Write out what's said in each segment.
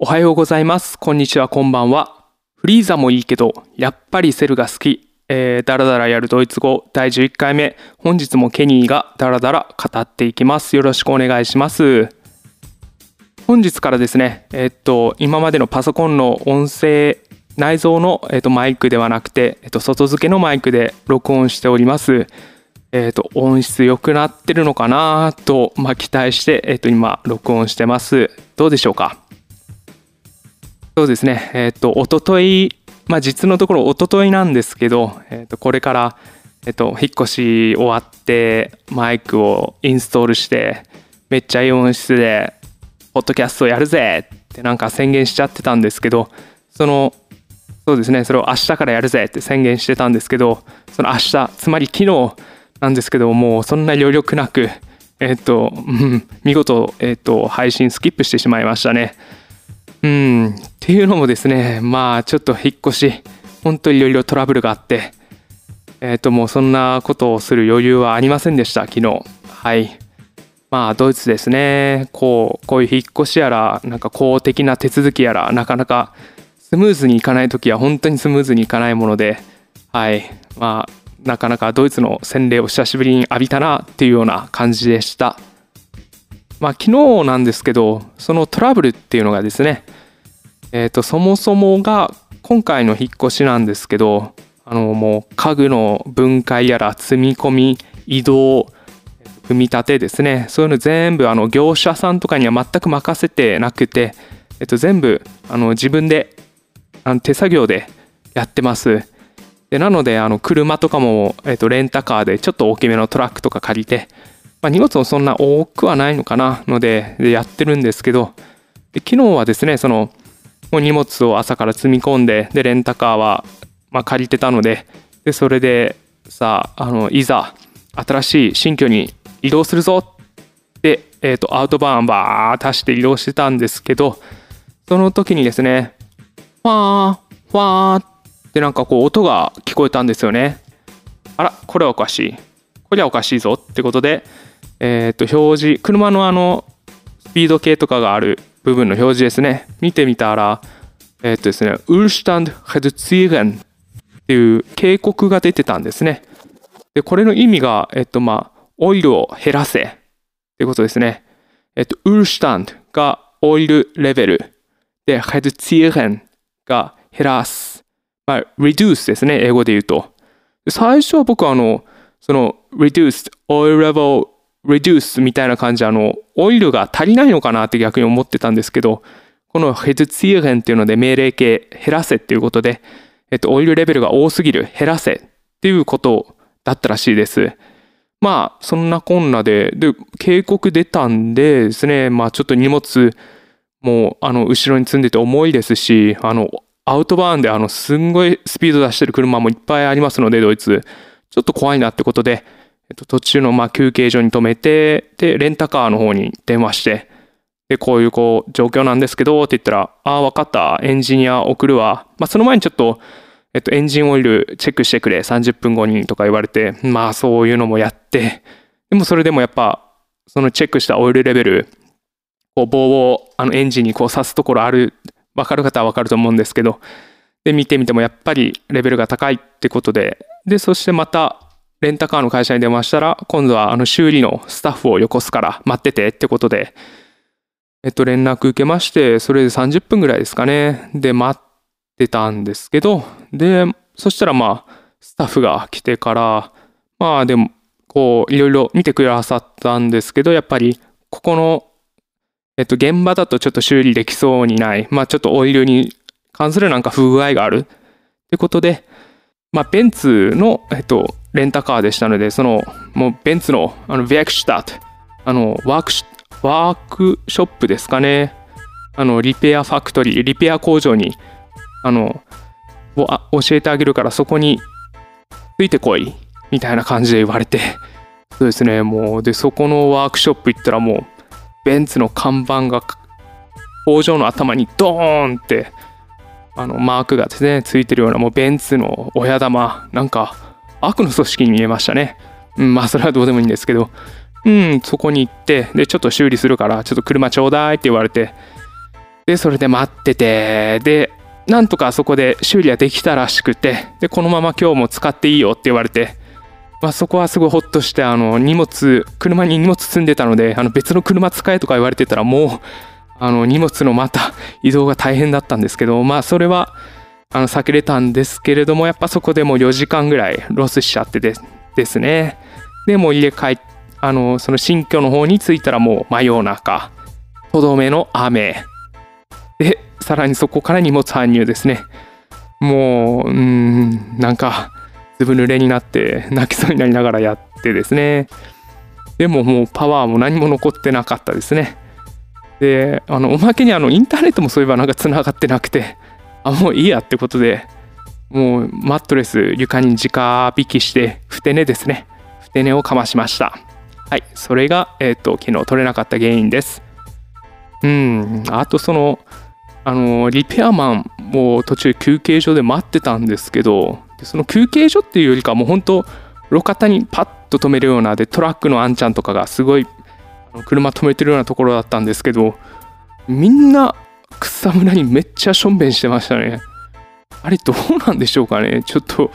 おはようございます。こんにちは、こんばんは。フリーザもいいけど、やっぱりセルが好き。ダラダラやるドイツ語第11回目。本日もケニーがダラダラ語っていきます。よろしくお願いします。本日からですね、今までのパソコンの音声内蔵の、マイクではなくて、外付けのマイクで録音しております。音質良くなってるのかなと、期待して、今録音してます。どうでしょうか。そうですね、おととい、実のところおとといなんですけど、これから、引っ越し終わってマイクをインストールしてめっちゃいい音質でポッドキャストをやるぜってなんか宣言しちゃってたんですけど、そうですね、それを明日からやるぜって宣言してたんですけど、その明日、つまり昨日なんですけど、もうそんな余力なく、見事、配信スキップしてしまいましたね。っていうのもですね、ちょっと引っ越し本当にいろいろトラブルがあって、もうそんなことをする余裕はありませんでした、昨日。はい。ドイツですね、こういう引っ越しやらなんか公的な手続きやらなかなかスムーズにいかないときは本当にスムーズにいかないもので、はい、なかなかドイツの洗礼を久しぶりに浴びたなっていうような感じでした。昨日なんですけど、そのトラブルっていうのがですね、そもそもが今回の引っ越しなんですけど、もう家具の分解やら積み込み、移動、組み立てですね、そういうの全部業者さんとかには全く任せてなくて、全部自分で手作業でやってます。でなので車とかも、レンタカーでちょっと大きめのトラックとか借りて、荷物もそんな多くはないのかなのでやってるんですけど、昨日はですね、もう荷物を朝から積み込んで、レンタカーは借りてたので、それでいざ新しい新居に移動するぞって、アウトバーンバー足して移動してたんですけど、その時にですね、ファーファーってなんか音が聞こえたんですよね。あら、これはおかしい、これはおかしいぞってことで、表示、車のスピード計とかがある部分の表示ですね、見てみたら、ですね、Ölstand reduzieren っていう警告が出てたんですね。でこれの意味が、オイルを減らせってことですね。Ölstand がオイルレベルで reduzieren が減らす、reduce ですね、英語で言うと。最初は僕はその reduced oil level reduce みたいな感じでオイルが足りないのかなって逆に思ってたんですけど、この reduzieren っていうので命令形減らせっていうことで、オイルレベルが多すぎる、減らせっていうことだったらしいです。そんなこんなで警告出たんでですね、ちょっと荷物も後ろに積んでて重いですし、アウトバーンですんごいスピード出してる車もいっぱいありますので、ドイツちょっと怖いなってことで、途中の休憩所に止めて、でレンタカーの方に電話して、でこういう状況なんですけどって言ったら、分かった、エンジニア送るわ、その前にちょっとエンジンオイルチェックしてくれ、30分後にとか言われて、そういうのもやって、でもそれでもやっぱそのチェックしたオイルレベル、棒をエンジンに刺すところある、分かる方は分かると思うんですけど、で見てみてもやっぱりレベルが高いってことで、そしてまたレンタカーの会社に電話したら、今度は修理のスタッフをよこすから待っててってことで、連絡受けまして、それで30分ぐらいですかね、で待ってたんですけど、でそしたらスタッフが来てから、でもいろいろ見てくださったんですけど、やっぱりここの現場だとちょっと修理できそうにない、ちょっとオイルに関するなんか不具合があるってことで、ベンツのレンタカーでしたので、もうベンツのヴェクシュタット、ワークショップですかね、リペアファクトリー、リペア工場に教えてあげるからそこについてこいみたいな感じで言われて、そうですね、もうでそこのワークショップ行ったら、もうベンツの看板が工場の頭にドーンってマークがですねついてるような、もうベンツの親玉、なんか悪の組織に見えましたね。それはどうでもいいんですけど、そこに行って、でちょっと修理するからちょっと車ちょうだいって言われて、 で、それで待ってて、で、なんとかそこで修理はできたらしくて、で、このまま今日も使っていいよって言われて、そこはすごいホッとして、車に荷物積んでたので、別の車使えとか言われてたら、もう、荷物のまた移動が大変だったんですけど、それは、避けれたんですけれども、やっぱそこでもう4時間ぐらいロスしちゃってですね。で、もうその新居の方に着いたらもう真夜中、とどめの雨。で、さらにそこから荷物搬入ですね。もう、なんか、ずぶ濡れになって泣きそうになりながらやってですね。でももうパワーも何も残ってなかったですね。で、おまけにインターネットもそういえばなんか繋がってなくて、もういいやってことで、もうマットレス床に直引きして、ふて寝ですね。ふて寝をかましました。はい、それが、昨日取れなかった原因です。あとリペアマンも途中休憩所で待ってたんですけど、その休憩所っていうよりかもう本当路肩にパッと止めるようなで、トラックのあんちゃんとかがすごい車止めてるようなところだったんですけど、みんな草むらにめっちゃしょんべんしてましたね。あれどうなんでしょうかね。ちょっと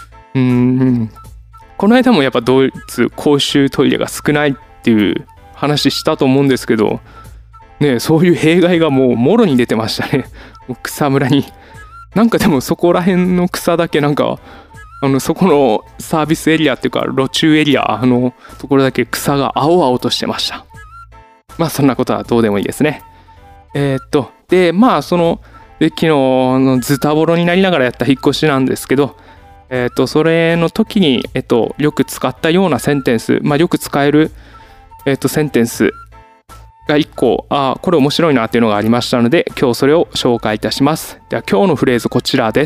この間もやっぱドイツ公衆トイレが少ないっていう話したと思うんですけどね、そういう弊害がもうもろに出てましたね。もう草むらに。なんかでもそこら辺の草だけなんかそこのサービスエリアっていうか路中エリアのところだけ草が青々としてました。そんなことはどうでもいいですね。で昨日のズタボロになりながらやった引っ越しなんですけど、それの時によく使ったようなセンテンス、よく使えるセンテンスが1個、これ面白いなっていうのがありましたので、今日それを紹介いたします。では今日のフレーズこちらです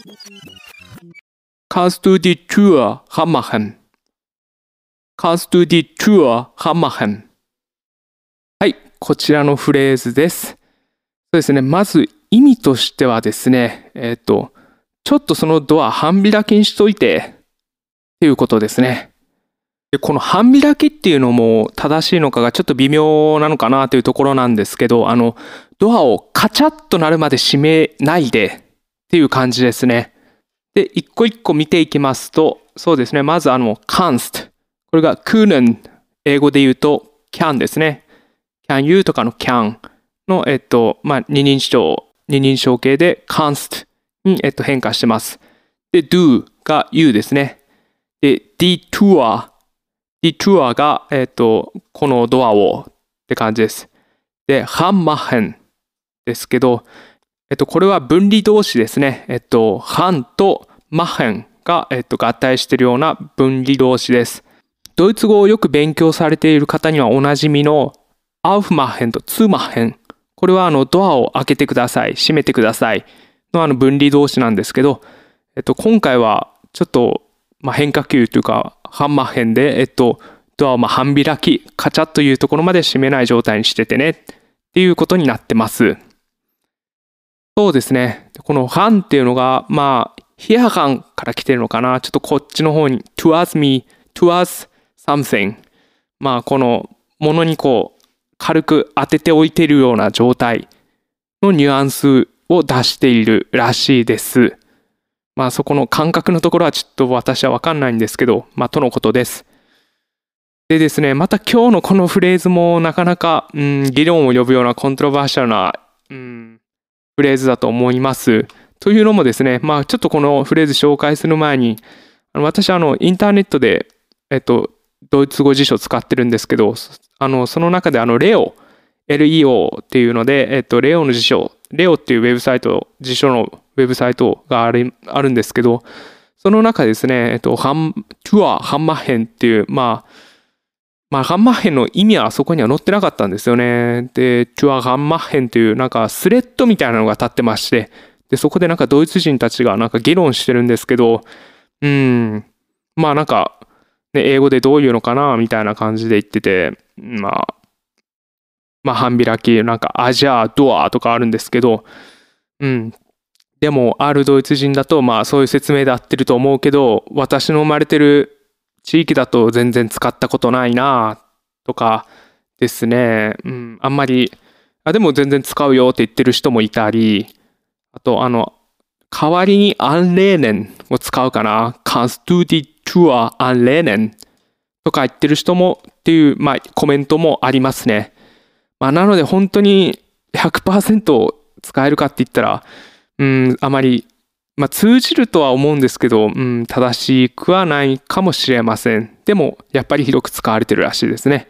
。Kannst du die Tür ranmachen? Kannst du die Tür ranmachen? はい、こちらのフレーズです。そうですね、まず意味としてはですね、ちょっとそのドア半開きにしといてっていうことですね。でこの半開きっていうのも正しいのかがちょっと微妙なのかなというところなんですけど、ドアをカチャッとなるまで閉めないでっていう感じですね。で、一個一個見ていきますと、そうですね、まずkannst。これが können、英語で言うと can ですね。can you とかの can の、二人称形で kannst に、変化してます。で、do が you ですね。で、die Türが、このドアをって感じです。で、ranmachen ですけど、これは分離動詞ですね。ran と machen が、合体しているような分離動詞です。ドイツ語をよく勉強されている方にはおなじみの aufmachen と zumachen。これはドアを開けてください、閉めてくださいの分離動詞なんですけど、今回はちょっと、変化球というか、ハンマー編で、ドアを半開き、カチャッというところまで閉めない状態にしててねっていうことになってます。そうですね。このハンっていうのが、ヒアガンから来てるのかな。ちょっとこっちの方に、towards me, towards something。このものにこう、軽く当てておいているような状態のニュアンスを出しているらしいです。そこの感覚のところはちょっと私は分かんないんですけど、とのことです。でですね、また今日のこのフレーズもなかなか、議論を呼ぶようなコントロバーシャルな、フレーズだと思います。というのもですね、ちょっとこのフレーズ紹介する前に、私インターネットで、ドイツ語辞書を使ってるんですけど、その中でLEO っていうので、レオの辞書、レオっていうウェブサイト、辞書のウェブサイトがあるんですけど、その中ですね、トゥア・ハンマッヘンっていう、ハンマッヘンの意味はそこには載ってなかったんですよね。で、トゥア・ハンマッヘンというなんかスレッドみたいなのが立ってまして、で、そこでなんかドイツ人たちがなんか議論してるんですけど、なんか、ね、英語でどういうのかなみたいな感じで言ってて、半開き、なんかアジャー、ドアとかあるんですけど、でも、あるドイツ人だと、そういう説明で合ってると思うけど、私の生まれてる地域だと全然使ったことないなとかですね、あんまりでも全然使うよって言ってる人もいたり、あと代わりにアンレーネンを使うかな。kannst du die Tür anlehnen とか言ってる人もっていう、コメントもありますね。なので本当に 100% 使えるかって言ったら、あまり、通じるとは思うんですけど、正しくはないかもしれません。でも、やっぱり広く使われてるらしいですね。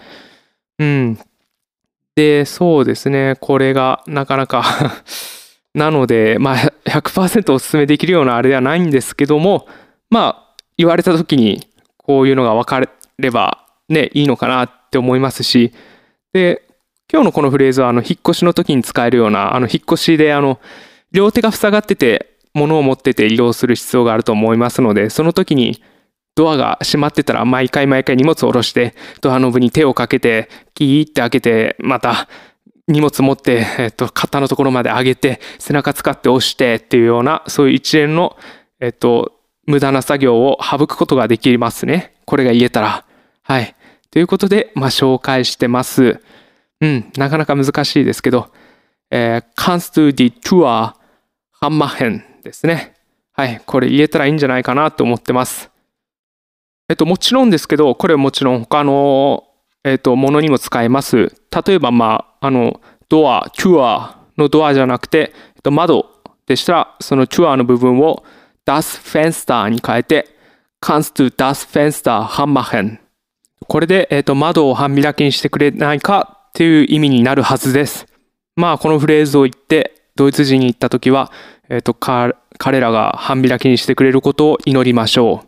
で、そうですね。これがなかなかなので、100% お勧めできるようなあれではないんですけども、言われた時にこういうのが分かればね、いいのかなって思いますし、で、今日のこのフレーズは引っ越しの時に使えるような、引っ越しで両手が塞がってて、物を持ってて移動する必要があると思いますので、その時にドアが閉まってたら毎回荷物を下ろしてドアノブに手をかけてキーって開けて、また荷物持って、肩のところまで上げて背中使って押してっていうような、そういう一連の、無駄な作業を省くことができますね。これが言えたら。はい。ということで、紹介してます。なかなか難しいですけど、kannst du die Tür anmachen ですね。はい。これ言えたらいいんじゃないかなと思ってます。もちろんですけど、これはもちろん他の、ものにも使えます。例えば、ドア、トゥアのドアじゃなくて、窓でしたら、そのトゥアの部分を das Fenster に変えて、kannst du das Fenster anmachen。これで、窓を半開きにしてくれないかっていう意味になるはずです。このフレーズを言って、ドイツ人に行ったときは、彼らが半開きにしてくれることを祈りましょう。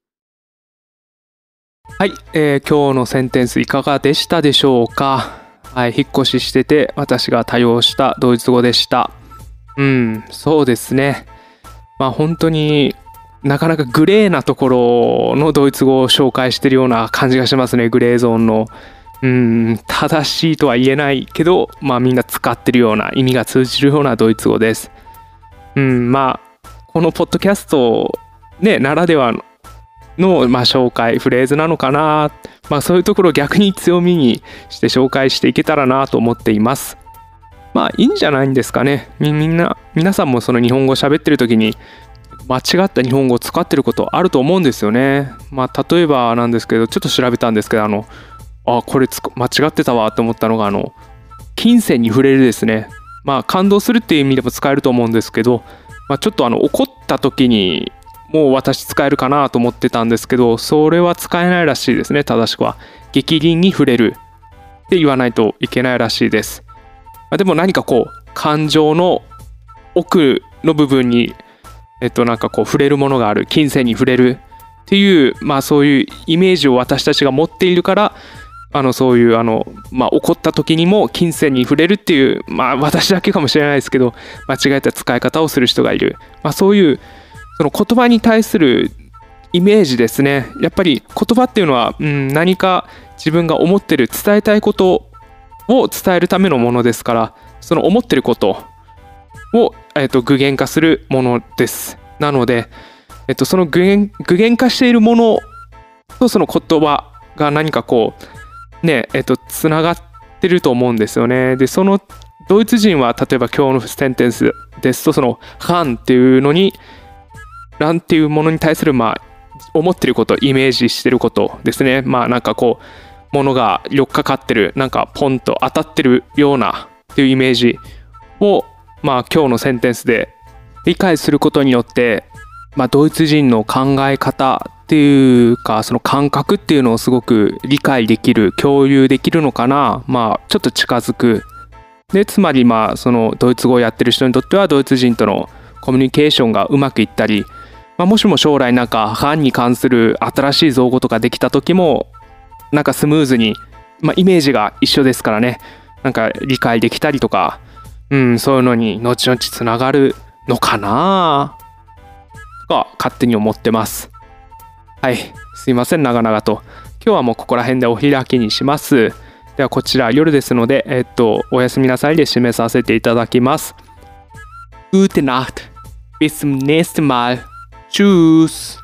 はい、今日のセンテンスいかがでしたでしょうか。はい、引っ越ししてて私が多用したドイツ語でした。そうですね。本当になかなかグレーなところのドイツ語を紹介してるような感じがしますね。グレーゾーンの。正しいとは言えないけど、みんな使ってるような、意味が通じるようなドイツ語です。このポッドキャストね、ならではの紹介フレーズなのかな。そういうところを逆に強みにして紹介していけたらなと思っています。いいんじゃないんですかね。皆さんもその日本語を喋ってる時に間違った日本語を使ってることあると思うんですよね。例えばなんですけど、ちょっと調べたんですけど、これ間違ってたわと思ったのが、金銭に触れるですね。感動するっていう意味でも使えると思うんですけど、ちょっと怒った時にもう私使えるかなと思ってたんですけど、それは使えないらしいですね。正しくは逆鱗に触れるって言わないといけないらしいです。でも何か感情の奥の部分に触れるものがある、金銭に触れるっていう、そういうイメージを私たちが持っているから、そういう怒った時にも金銭に触れるっていう、私だけかもしれないですけど、間違えた使い方をする人がいる。そういうその言葉に対するイメージですね。やっぱり言葉っていうのは、何か自分が思ってる、伝えたいことを伝えるためのものですから、その思ってることを、具現化するものです。なので、その具現化しているものとその言葉が何かつながってると思うんですよね。で、そのドイツ人は例えば今日のセンテンスですと、そのランっていうのに、ランっていうものに対する思ってること、イメージしてることですね。物が寄っかかってる、ポンと当たってるようなっていうイメージを今日のセンテンスで理解することによって、ドイツ人の考え方っていうか、その感覚っていうのをすごく理解できる、共有できるのかな。ちょっと近づく。で、つまりそのドイツ語をやってる人にとっては、ドイツ人とのコミュニケーションがうまくいったり、もしも将来ランに関する新しい造語とかできた時もスムーズに、イメージが一緒ですからね、理解できたりとか、そういうのに後々つながるのかなとか勝手に思ってます。はい、すいません、長々と。今日はもうここら辺でお開きにします。ではこちら夜ですので、おやすみなさいで締めさせていただきます。Gute Nacht. Bis zum nächsten Mal. Tschüss.